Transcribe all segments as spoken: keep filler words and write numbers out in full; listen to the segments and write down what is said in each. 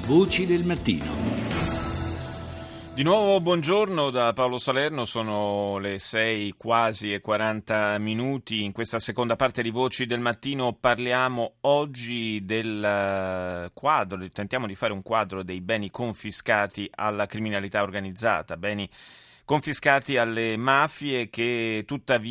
Voci del mattino. Di nuovo buongiorno da Paolo Salerno, sono le sei quasi e quaranta minuti. In questa seconda parte di Voci del Mattino parliamo oggi del quadro, tentiamo di fare un quadro dei beni confiscati alla criminalità organizzata, beni confiscati alle mafie che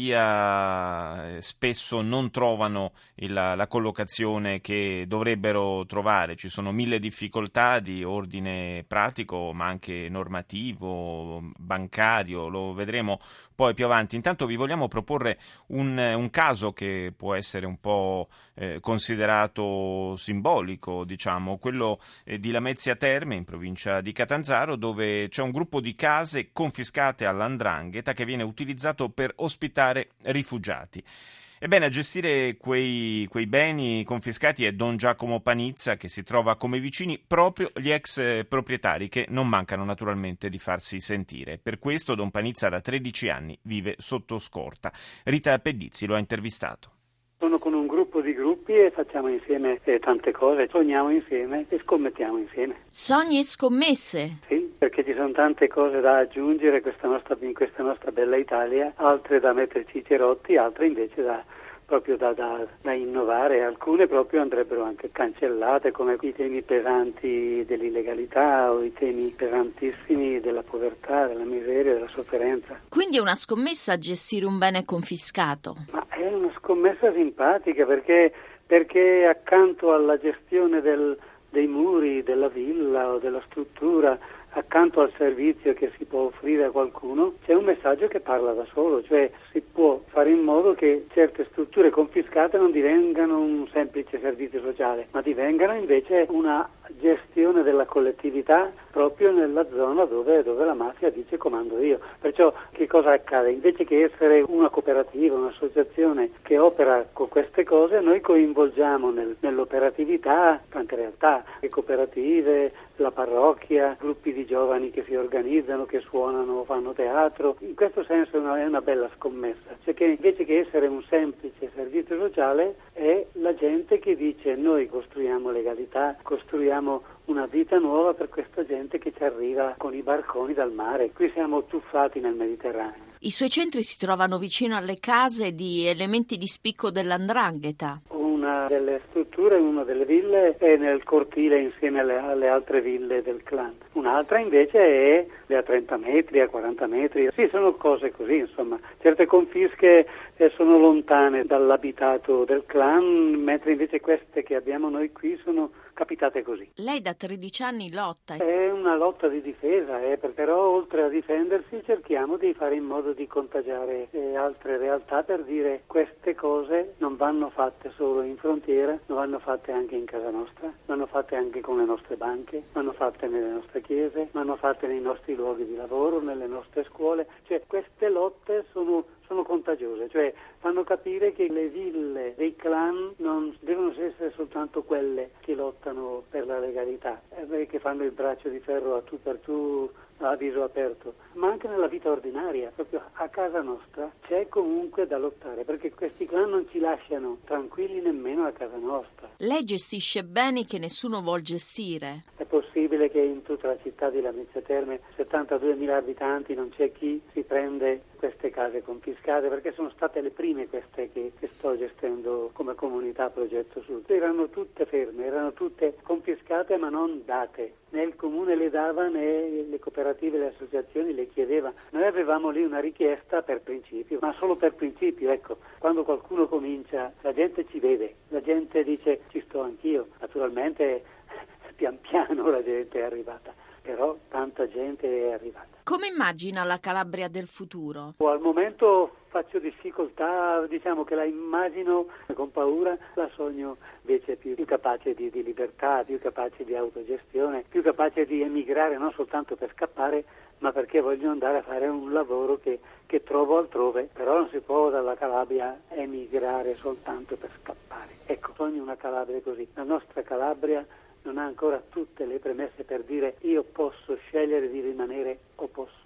tuttavia spesso non trovano il, la collocazione che dovrebbero trovare. Ci sono mille difficoltà di ordine pratico ma anche normativo, bancario, lo vedremo poi più avanti. Intanto vi vogliamo proporre un, un caso che può essere un po' eh, considerato simbolico, diciamo, quello eh, di Lamezia Terme in provincia di Catanzaro, dove c'è un gruppo di case confiscate all'Andrangheta che viene utilizzato per ospitare rifugiati. Ebbene, a gestire quei, quei beni confiscati è Don Giacomo Panizza, che si trova come vicini proprio gli ex proprietari, che non mancano naturalmente di farsi sentire. Per questo Don Panizza da tredici anni vive sotto scorta. Rita Pedizzi lo ha intervistato. Sono con un gruppo di gruppi e facciamo insieme eh, tante cose, sogniamo insieme e scommettiamo insieme. Sogni e scommesse? Sì, perché ci sono tante cose da aggiungere questa nostra, in questa nostra bella Italia, altre da metterci i cerotti, altre invece da proprio da, da, da innovare, alcune proprio andrebbero anche cancellate, come i temi pesanti dell'illegalità o i temi pesantissimi della povertà, della miseria, della sofferenza. Quindi è una scommessa gestire un bene confiscato? Ma è una scommessa simpatica perché, perché accanto alla gestione del, dei muri, della villa o della struttura, accanto al servizio che si può offrire a qualcuno, c'è un messaggio che parla da solo, cioè si può fare in modo che certe strutture confiscate non divengano un semplice servizio sociale, ma divengano invece una gestione della collettività proprio nella zona dove, dove la mafia dice comando io. Perciò che cosa accade? Invece che essere una cooperativa, un'associazione che opera con queste cose, noi coinvolgiamo nel, nell'operatività tante realtà, le cooperative, la parrocchia, gruppi di giovani che si organizzano, che suonano, fanno teatro. In questo senso è una, è una bella scommessa, cioè che invece che essere un semplice servizio sociale è la gente che dice noi costruiamo legalità, costruiamo una vita nuova per questa gente che ci arriva con i barconi dal mare. Qui siamo tuffati nel Mediterraneo. I suoi centri si trovano vicino alle case di elementi di spicco dell'Andrangheta. Una delle strutture, una delle ville è nel cortile insieme alle, alle altre ville del clan. Un'altra invece è a trenta metri, a quaranta metri. Sì, sono cose così, insomma. Certe confische eh, sono lontane dall'abitato del clan, mentre invece queste che abbiamo noi qui sono capitate così. Lei da tredici anni lotta. È una lotta di difesa, eh, però oltre a difendersi cerchiamo di fare in modo di contagiare eh, altre realtà per dire queste cose non vanno fatte solo in frontiera, non vanno fatte anche in casa nostra, vanno fatte anche con le nostre banche, vanno fatte nelle nostre chiese, vanno fatte nei nostri luoghi di lavoro, nelle nostre scuole. Cioè queste lotte sono sono contagiose, cioè fanno capire che le ville dei clan non devono essere soltanto quelle che lottano per la legalità, eh, che fanno il braccio di ferro a tu per tu, a viso aperto, ma anche nella vita ordinaria, proprio a casa nostra c'è comunque da lottare, perché questi clan non ci lasciano tranquilli nemmeno a casa nostra. Lei gestisce beni che nessuno vuol gestire. È possibile che in tutta la città di Lamezia Terme, settantaduemila abitanti, non c'è chi si prende queste case confiscate, perché sono state le prime queste che, che sto gestendo come comunità Progetto Sud. Erano tutte ferme, erano tutte confiscate ma non date. Né il comune le dava né le cooperative e le associazioni le chiedeva. Noi avevamo lì una richiesta per principio, ma solo per principio, ecco. Quando qualcuno comincia, la gente ci vede, la gente dice ci sto anch'io. Naturalmente pian piano la gente è arrivata, però tanta gente è arrivata. Come immagina la Calabria del futuro? Al momento faccio difficoltà, diciamo che la immagino con paura, la sogno invece più, più capace di, di libertà, più capace di autogestione, più capace di emigrare non soltanto per scappare, ma perché voglio andare a fare un lavoro che, che trovo altrove, però non si può dalla Calabria emigrare soltanto per scappare. Ecco, sogno una Calabria così. La nostra Calabria non ha ancora tutte le premesse per dire io posso scegliere di rimanere o posso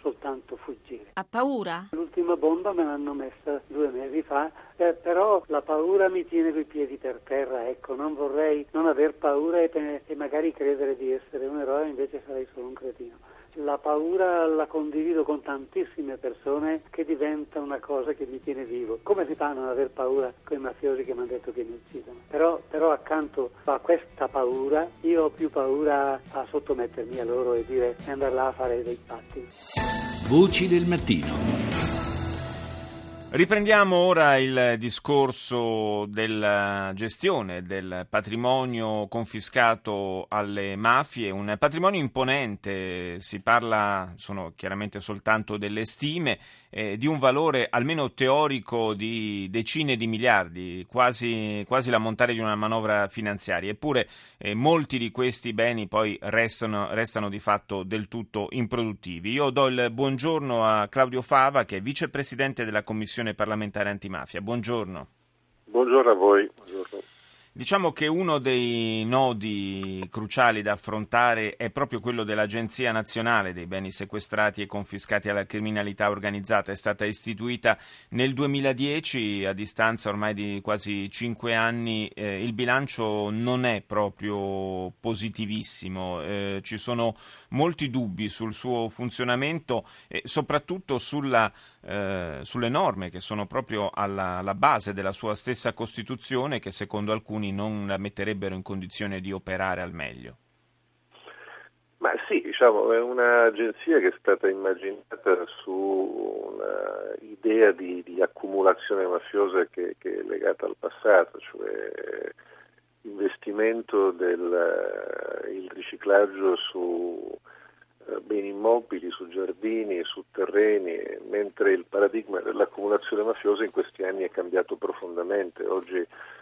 soltanto fuggire. Ha paura? L'ultima bomba me l'hanno messa due mesi fa, eh, però la paura mi tiene coi piedi per terra, ecco, non vorrei non aver paura e, e magari credere di essere un eroe, invece sarei solo un cretino. La paura la condivido con tantissime persone, che diventa una cosa che mi tiene vivo. Come si fa a non aver paura con i mafiosi che mi hanno detto che mi uccidono? Però, però accanto a questa paura io ho più paura a sottomettermi a loro e dire e andare là a fare dei patti. Voci del mattino. Riprendiamo ora il discorso della gestione del patrimonio confiscato alle mafie, un patrimonio imponente, si parla, sono chiaramente soltanto delle stime, eh, di un valore almeno teorico di decine di miliardi, quasi, quasi l'ammontare di una manovra finanziaria, eppure eh, molti di questi beni poi restano, restano di fatto del tutto improduttivi. Io do il buongiorno a Claudio Fava, che è vicepresidente della Commissione parlamentare antimafia. Buongiorno. Buongiorno a voi. Buongiorno. Diciamo che uno dei nodi cruciali da affrontare è proprio quello dell'Agenzia Nazionale dei Beni Sequestrati e Confiscati alla Criminalità Organizzata. È stata istituita nel duemiladieci, a distanza ormai di quasi cinque anni. Eh, il bilancio non è proprio positivissimo, eh, ci sono molti dubbi sul suo funzionamento e soprattutto sulla Eh, sulle norme che sono proprio alla, alla base della sua stessa Costituzione, che secondo alcuni non la metterebbero in condizione di operare al meglio. Ma sì, diciamo, è un'agenzia che è stata immaginata su un'idea di, di accumulazione mafiosa che, che è legata al passato, cioè investimento del il riciclaggio su beni immobili, su giardini, su terreni, mentre il paradigma dell'accumulazione mafiosa in questi anni è cambiato profondamente. Oggi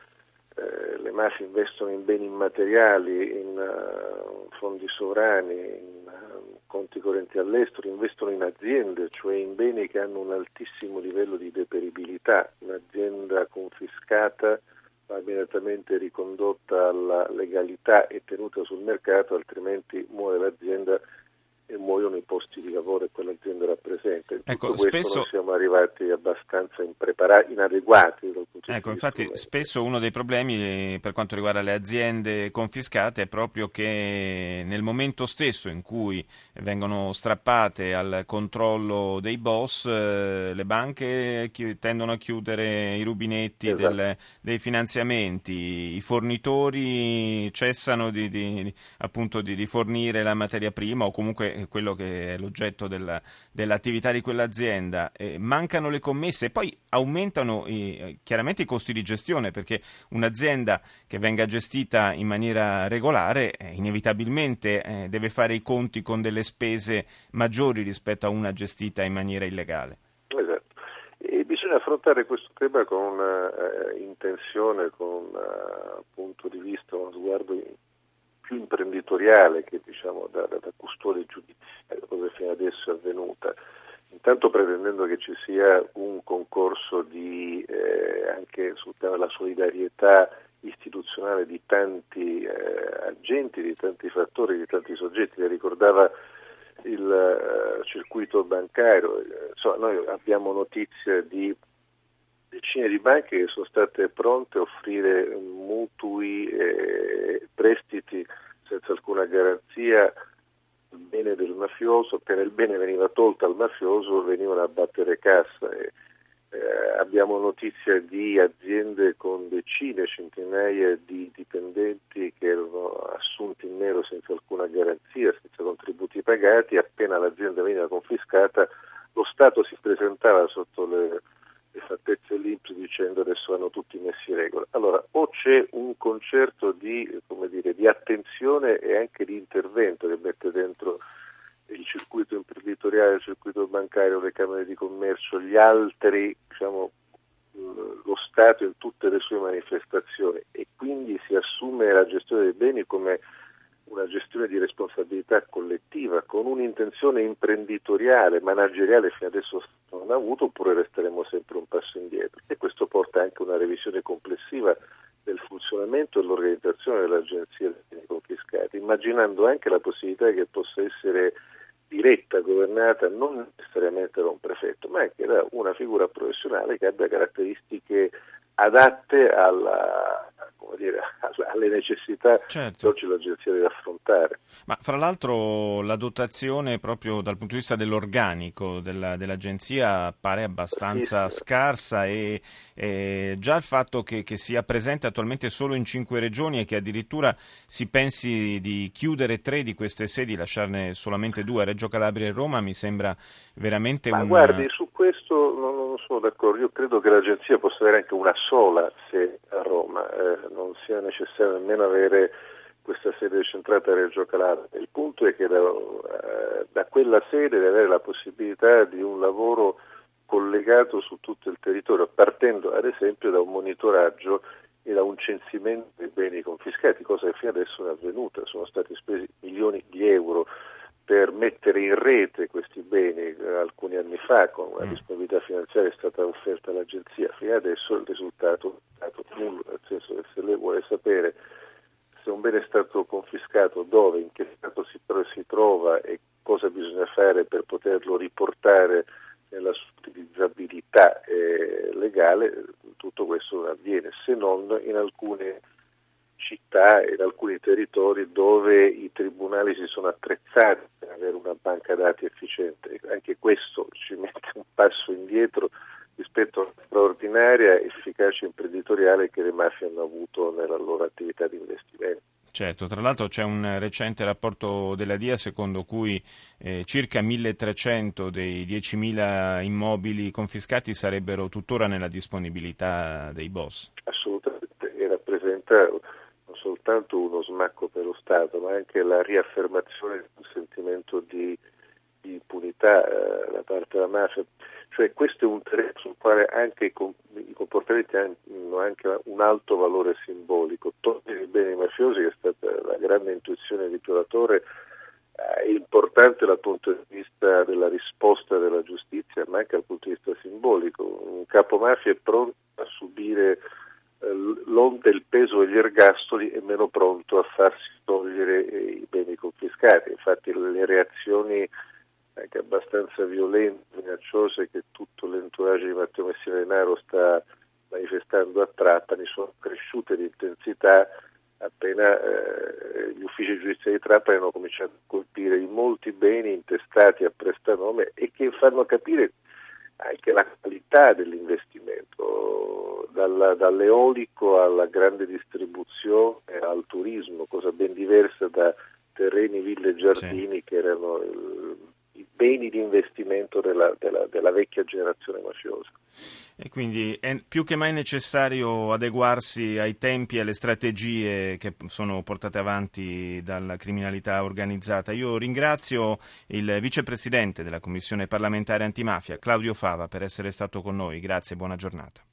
eh, le mafie investono in beni immateriali, in uh, fondi sovrani, in uh, conti correnti all'estero, investono in aziende, cioè in beni che hanno un altissimo livello di deperibilità. Un'azienda confiscata va immediatamente ricondotta alla legalità e tenuta sul mercato, altrimenti muore l'azienda e muoiono i posti di lavoro che quell'azienda rappresenta. In ecco, tutto questo spesso non siamo arrivati abbastanza impreparati, inadeguati dal punto di Ecco, vista infatti strumenti. spesso uno dei problemi per quanto riguarda le aziende confiscate è proprio che nel momento stesso in cui vengono strappate al controllo dei boss, eh, le banche chi- tendono a chiudere i rubinetti Esatto. del, dei finanziamenti, i fornitori cessano di, di, appunto di, di fornire la materia prima o comunque quello che è l'oggetto della, dell'attività di quell'azienda, eh, mancano le commesse e poi aumentano i, chiaramente i costi di gestione, perché un'azienda che venga gestita in maniera regolare eh, inevitabilmente eh, deve fare i conti con delle spese maggiori rispetto a una gestita in maniera illegale. Esatto. E bisogna affrontare questo tema con una uh, intenzione, con un uh, punto di vista, uno sguardo in, più imprenditoriale che diciamo da, da, da custode giudiziaria, come fino adesso è avvenuta, intanto pretendendo che ci sia un concorso di eh, anche sul tema della solidarietà istituzionale di tanti eh, agenti, di tanti fattori, di tanti soggetti. Le ricordava il uh, circuito bancario, eh, insomma, noi abbiamo notizia di decine di banche che sono state pronte a offrire mutui e prestiti senza alcuna garanzia il bene del mafioso. Appena il bene veniva tolto al mafioso venivano a battere cassa. E, eh, abbiamo notizia di aziende con decine, centinaia di dipendenti che erano assunti in nero senza alcuna garanzia, senza contributi pagati. Appena l'azienda veniva confiscata lo Stato si presentava sotto le le fattezze l'I N P S dicendo adesso hanno tutti messi in regola. Allora, o c'è un concerto di, come dire, di attenzione e anche di intervento che mette dentro il circuito imprenditoriale, il circuito bancario, le camere di commercio, gli altri, diciamo, lo Stato in tutte le sue manifestazioni, e quindi si assume la gestione dei beni come una gestione di responsabilità collettiva con un'intenzione imprenditoriale, manageriale fino adesso non ha avuto, oppure resteremo sempre un passo indietro. E questo porta anche a una revisione complessiva del funzionamento e dell'organizzazione dell'Agenzia dei Beni Confiscati, immaginando anche la possibilità che possa essere diretta, governata non necessariamente da un prefetto, ma anche da una figura professionale che abbia caratteristiche adatte alla, come dire, alle necessità certo. che oggi l'agenzia deve affrontare. Ma fra l'altro la dotazione proprio dal punto di vista dell'organico della, dell'agenzia pare abbastanza Sì, scarsa e, e già il fatto che, che sia presente attualmente solo in cinque regioni e che addirittura si pensi di chiudere tre di queste sedi, lasciarne solamente due a Reggio Calabria e Roma, mi sembra veramente Ma un... guardi, su questo non, non sono d'accordo, io credo che l'agenzia possa avere anche una sola sede a Roma, eh, non sia necessario nemmeno avere questa sede centrata a Reggio Calabria. Il punto è che da, eh, da quella sede deve avere la possibilità di un lavoro collegato su tutto il territorio, partendo ad esempio da un monitoraggio e da un censimento dei beni confiscati, cosa che fino adesso non è avvenuta. Sono stati spesi milioni di euro per mettere in rete questi beni alcuni anni fa, con una disponibilità finanziaria è stata offerta all'agenzia. Fino adesso il risultato è stato nullo, nel senso che se lei vuole sapere se un bene è stato confiscato, dove, in che stato si, si trova e cosa bisogna fare per poterlo riportare nella sua utilizzabilità eh, legale, tutto questo non avviene, se non in alcune città e in alcuni territori dove i tribunali si sono attrezzati per avere una banca dati efficiente. Anche questo ci mette un passo indietro rispetto alla straordinaria efficacia imprenditoriale che le mafie hanno avuto nella loro attività di investimento. Certo, tra l'altro c'è un recente rapporto della D I A secondo cui eh, circa milletrecento dei diecimila immobili confiscati sarebbero tuttora nella disponibilità dei boss. Assolutamente, e rappresenta non soltanto uno smacco per lo Stato, ma anche la riaffermazione di un sentimento di, di impunità eh, da parte della mafia. Cioè questo è un terreno sul quale anche i, i comportamenti hanno anche un alto valore simbolico. Togliere i beni mafiosi, che è stata la grande intuizione di Piolatore, è importante dal punto di vista della risposta della giustizia, ma anche dal punto di vista simbolico. Un capo mafia è pronto a subire l'onta, il peso degli ergastoli, è meno pronto a farsi togliere i beni confiscati. Infatti le reazioni anche abbastanza violente, minacciose che tutto l'entourage di Matteo Messina Denaro sta manifestando a Trapani sono cresciute di intensità appena eh, gli uffici giudiziari di Trapani hanno cominciato a colpire i molti beni intestati a prestanome e che fanno capire anche la qualità dell'investimento, dalla, dall'eolico alla grande distribuzione al turismo, cosa ben diversa da terreni, ville e giardini, sì, che erano il, i beni di investimento della, della, della vecchia generazione mafiosa. E quindi è più che mai necessario adeguarsi ai tempi e alle strategie che sono portate avanti dalla criminalità organizzata. Io ringrazio il vicepresidente della Commissione parlamentare antimafia, Claudio Fava, per essere stato con noi. Grazie e buona giornata.